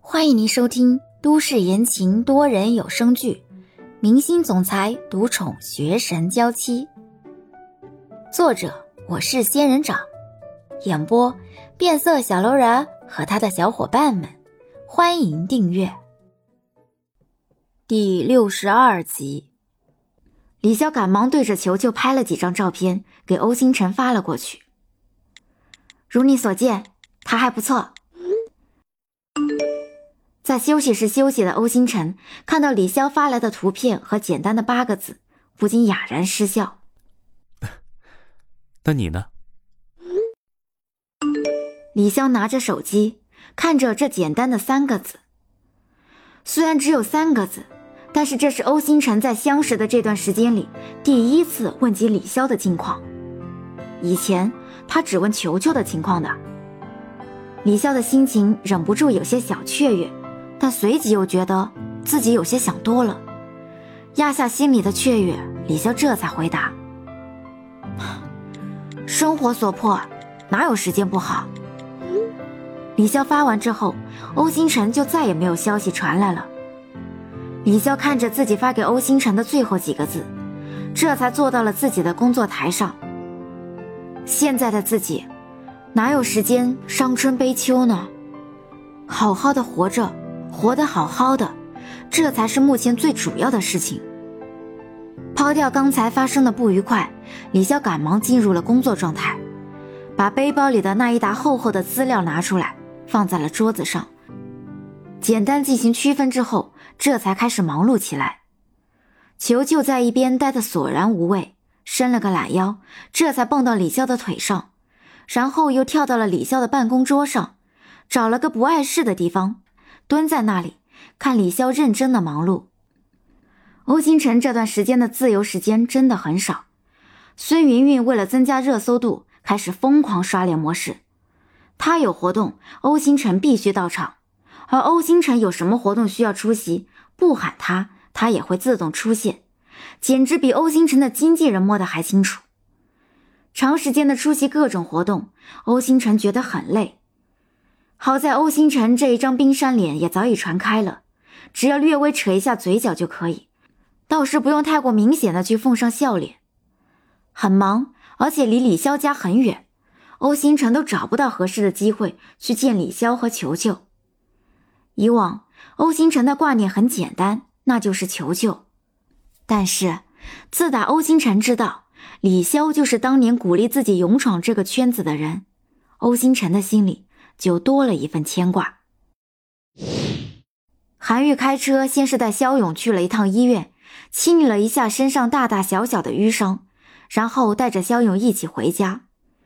欢迎您收听都市言情多人有声剧《明星总裁独宠学神娇妻》，作者我是仙人掌，演播变色小楼人和他的小伙伴们。欢迎订阅。第62集，李潇赶忙对着球球拍了几张照片，给欧星辰发了过去。如你所见，他还不错。在休息室休息的欧星辰看到李潇发来的图片和简单的8个字，不禁哑然失笑。 那你呢？ 李潇拿着手机看着这简单的3个字，虽然只有3个字，但是这是欧星辰在相识的这段时间里第一次问及李潇的近况。以前他只问球球的情况的。李潇的心情忍不住有些小雀跃，但随即又觉得自己有些想多了。压下心里的雀跃，李潇这才回答：生活所迫，哪有时间不好。李潇发完之后，欧星辰就再也没有消息传来了。李潇看着自己发给欧星辰的最后几个字，这才坐到了自己的工作台上。现在的自己哪有时间伤春悲秋呢？好好的活着，活得好好的，这才是目前最主要的事情。抛掉刚才发生的不愉快，李潇赶忙进入了工作状态，把背包里的那一沓厚厚的资料拿出来，放在了桌子上，简单进行区分之后，这才开始忙碌起来。球球在一边待得索然无味，伸了个懒腰，这才蹦到李潇的腿上，然后又跳到了李潇的办公桌上，找了个不碍事的地方，蹲在那里看李潇认真的忙碌。欧星辰这段时间的自由时间真的很少，孙云云为了增加热搜度，开始疯狂刷脸模式。他有活动，欧星辰必须到场，而欧星辰有什么活动需要出席，不喊他，他也会自动出现，简直比欧星辰的经纪人摸得还清楚。长时间的出席各种活动，欧星辰觉得很累。好在欧星辰这一张冰山脸也早已传开了，只要略微扯一下嘴角就可以，倒是不用太过明显的去奉上笑脸。很忙，而且离李潇家很远，欧星辰都找不到合适的机会去见李潇和球球。以往欧星辰的挂念很简单，那就是球球。但是自打欧星辰知道李潇就是当年鼓励自己勇闯这个圈子的人，欧星辰的心里就多了一份牵挂。韩愈开车先是带肖勇去了一趟医院，清理了一下身上大大小小的淤伤，然后带着肖勇一起回家。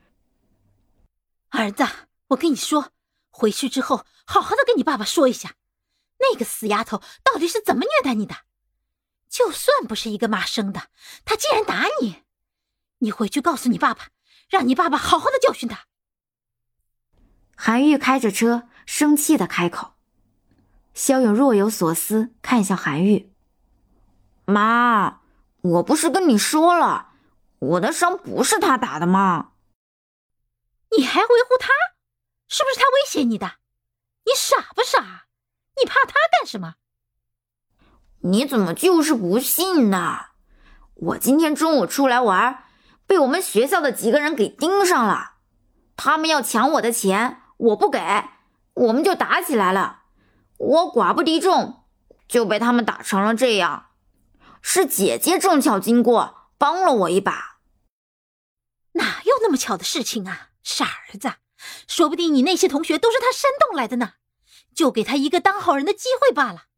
儿子，我跟你说，回去之后好好的跟你爸爸说一下，那个死丫头到底是怎么虐待你的。就算不是一个妈生的，她竟然打你，你回去告诉你爸爸，让你爸爸好好的教训她。 韩愈开着车生气地开口。肖勇若有所思看向韩愈：妈，我不是跟你说了，我的伤不是他打的吗？ 你还维护他？是不是他威胁你的？你傻不傻？你怕他干什么？ 你怎么就是不信呢？我今天中午出来玩，被我们学校的几个人给盯上了，他们要抢我的钱，我不给，我们就打起来了。我寡不敌众，就被他们打成了这样。是姐姐正巧经过，帮了我一把。 哪有那么巧的事情啊，傻儿子，说不定你那些同学都是他煽动来的呢，就给他一个当好人的机会罢了。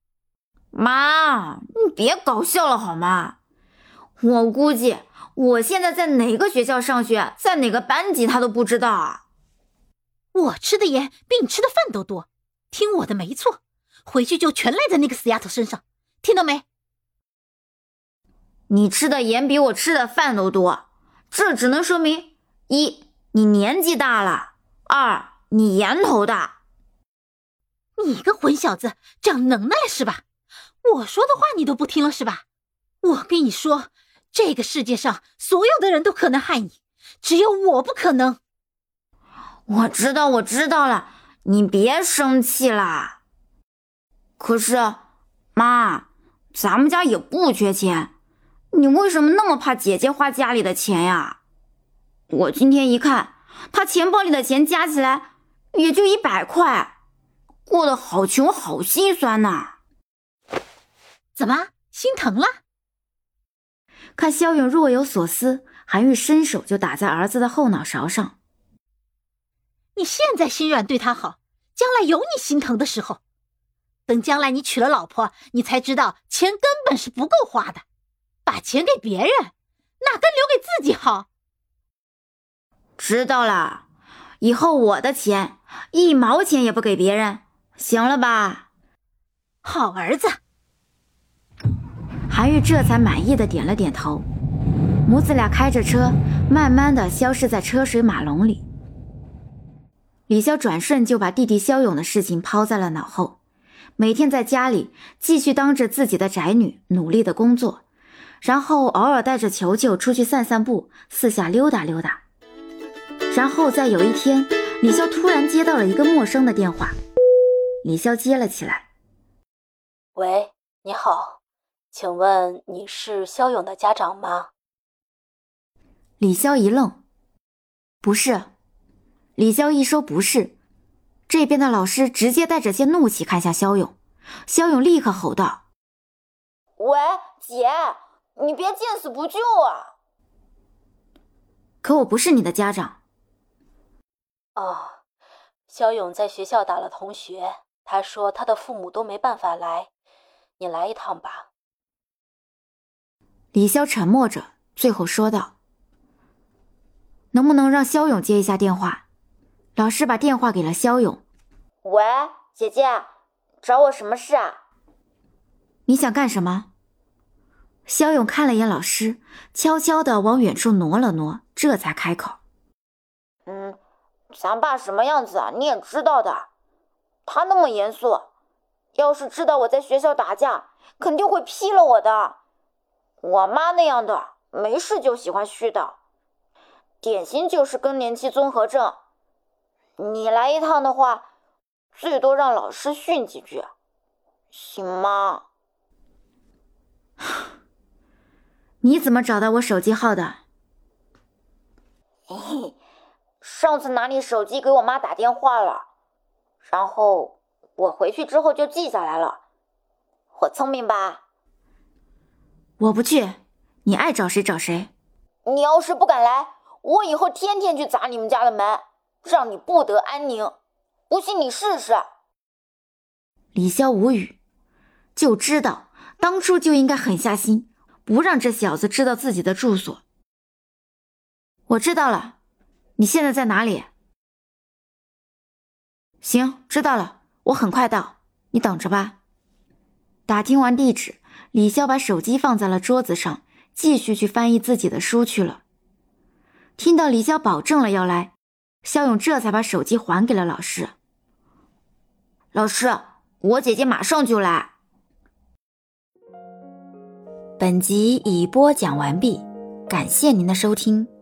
妈，你别搞笑了好吗？我估计我现在在哪个学校上学，在哪个班级他都不知道啊。 我吃的盐比你吃的饭都多，听我的没错，回去就全赖在那个死丫头身上，听到没？ 你吃的盐比我吃的饭都多，这只能说明1，你年纪大了；2，你盐头大。 你个混小子，长能耐了是吧？我说的话你都不听了是吧？我跟你说，这个世界上所有的人都可能害你，只有我不可能。 我知道了，你别生气啦。 可是，妈，咱们家也不缺钱，你为什么那么怕姐姐花家里的钱呀？我今天一看，她钱包里的钱加起来也就100块，过得好穷好心酸呐。 怎么，心疼了？ 看萧勇若有所思，韩愈伸手就打在儿子的后脑勺上。 你现在心软对他好，将来有你心疼的时候。等将来你娶了老婆，你才知道钱根本是不够花的，把钱给别人，哪跟留给自己好？ 知道了，以后我的钱1毛钱也不给别人，行了吧？ 好儿子。 韩愈这才满意的点了点头，母子俩开着车，慢慢的消失在车水马龙里。李潇转瞬就把弟弟萧勇的事情抛在了脑后，每天在家里继续当着自己的宅女努力的工作，然后偶尔带着球球出去散散步，四下溜达溜达。然后在有一天，李潇突然接到了一个陌生的电话，李潇接了起来。 喂，你好，请问你是萧勇的家长吗？ 李潇一愣，不是。李潇一说不是，这边的老师直接带着些怒气看向萧勇，萧勇立刻吼道： 喂，姐，你别见死不救啊！ 可我不是你的家长。 哦，萧勇在学校打了同学，他说他的父母都没办法来，你来一趟吧。 李潇沉默着，最后说道：能不能让萧勇接一下电话？老师把电话给了萧勇。 喂，姐姐，找我什么事啊？ 你想干什么？萧勇看了眼老师，悄悄地往远处挪了挪，这才开口。 咱爸什么样子啊，你也知道的。他那么严肃，要是知道我在学校打架，肯定会批了我的。我妈那样的，没事就喜欢絮叨，典型就是更年期综合症。你来一趟的话，最多让老师训几句，行吗？ 你怎么找到我手机号的？ 上次拿你手机给我妈打电话了，然后我回去之后就记下来了。我聪明吧？ 我不去，你爱找谁找谁。 你要是不敢来，我以后天天去砸你们家的门，让你不得安宁。不信你试试。 李潇无语，就知道当初就应该狠下心，不让这小子知道自己的住所。我知道了，你现在在哪里？行，知道了，我很快到，你等着吧。打听完地址，李潇把手机放在了桌子上，继续去翻译自己的书去了。听到李潇保证了要来，萧勇这才把手机还给了老师。 老师，我姐姐马上就来。 本集已播讲完毕，感谢您的收听。